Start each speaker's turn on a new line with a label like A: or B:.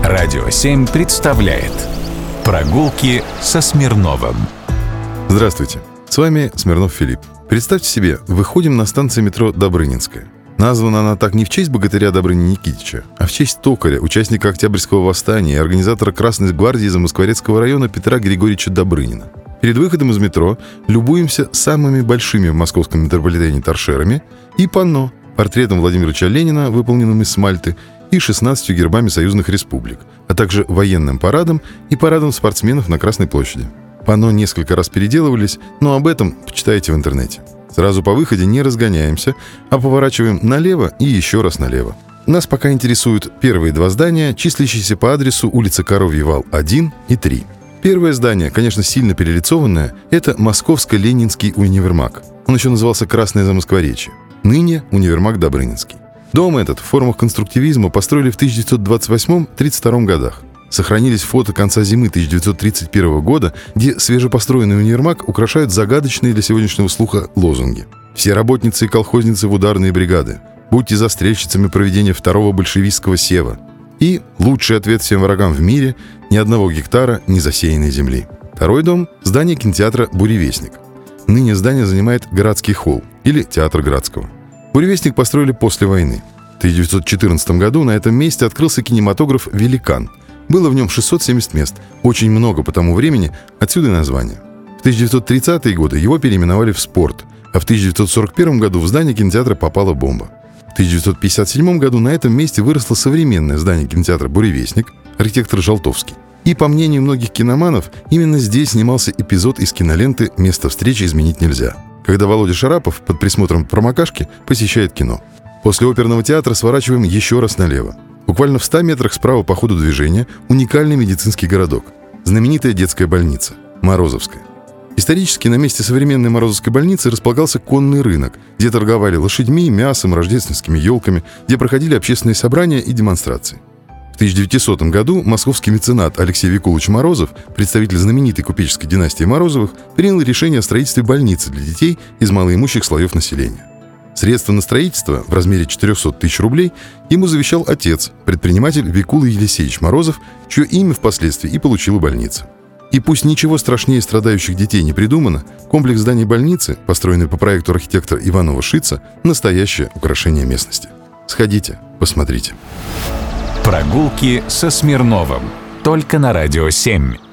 A: Радио 7 представляет «Прогулки со Смирновым».
B: Здравствуйте, с вами Смирнов Филипп. Представьте себе, выходим на станцию метро Добрынинская. Названа она так не в честь богатыря Добрыни Никитича, а в честь токаря, участника Октябрьского восстания и организатора Красной гвардии Замоскворецкого района Петра Григорьевича Добрынина. Перед выходом из метро любуемся самыми большими в московском метрополитене торшерами и панно, портретом Владимира Ильича Ленина, выполненным из смальты, и 16 гербами союзных республик, а также военным парадом и парадом спортсменов на Красной площади. Панно несколько раз переделывались, но об этом почитайте в интернете. Сразу по выходе не разгоняемся, а поворачиваем налево и еще раз налево. Нас пока интересуют первые два здания, числящиеся по адресу улица Коровий Вал 1 и 3. Первое здание, конечно, сильно перелицованное, это Московско-Ленинский универмаг. Он еще назывался Красное Замоскворечье. Ныне универмаг Добрынинский. Дом этот в формах конструктивизма построили в 1928-32 годах. Сохранились фото конца зимы 1931 года, где свежепостроенный универмаг украшают загадочные для сегодняшнего слуха лозунги. «Все работницы и колхозницы в ударные бригады. Будьте застрельщицами проведения второго большевистского сева». И «Лучший ответ всем врагам в мире. Ни одного гектара незасеянной земли». Второй дом – здание кинотеатра «Буревестник». Ныне здание занимает Градский холл или Театр Градского. «Буревестник» построили после войны. В 1914 году на этом месте открылся кинематограф «Великан». Было в нем 670 мест, очень много по тому времени, отсюда и название. В 1930-е годы его переименовали в «Спорт», а в 1941 году в здание кинотеатра попала бомба. В 1957 году на этом месте выросло современное здание кинотеатра «Буревестник», архитектор Жолтовский. И, по мнению многих киноманов, именно здесь снимался эпизод из киноленты «Место встречи изменить нельзя», когда Володя Шарапов под присмотром промокашки посещает кино. После оперного театра сворачиваем еще раз налево. Буквально в 100 метрах справа по ходу движения уникальный медицинский городок. Знаменитая детская больница – Морозовская. Исторически на месте современной Морозовской больницы располагался конный рынок, где торговали лошадьми, мясом, рождественскими елками, где проходили общественные собрания и демонстрации. В 1900 году московский меценат Алексей Викулович Морозов, представитель знаменитой купеческой династии Морозовых, принял решение о строительстве больницы для детей из малоимущих слоев населения. Средства на строительство в размере 400 тысяч рублей ему завещал отец, предприниматель Викула Елисеевич Морозов, чье имя впоследствии и получила больница. И пусть ничего страшнее страдающих детей не придумано, комплекс зданий больницы, построенный по проекту архитектора Иванова-Шица, настоящее украшение местности. Сходите, посмотрите.
A: Прогулки со Смирновым. Только на Радио 7.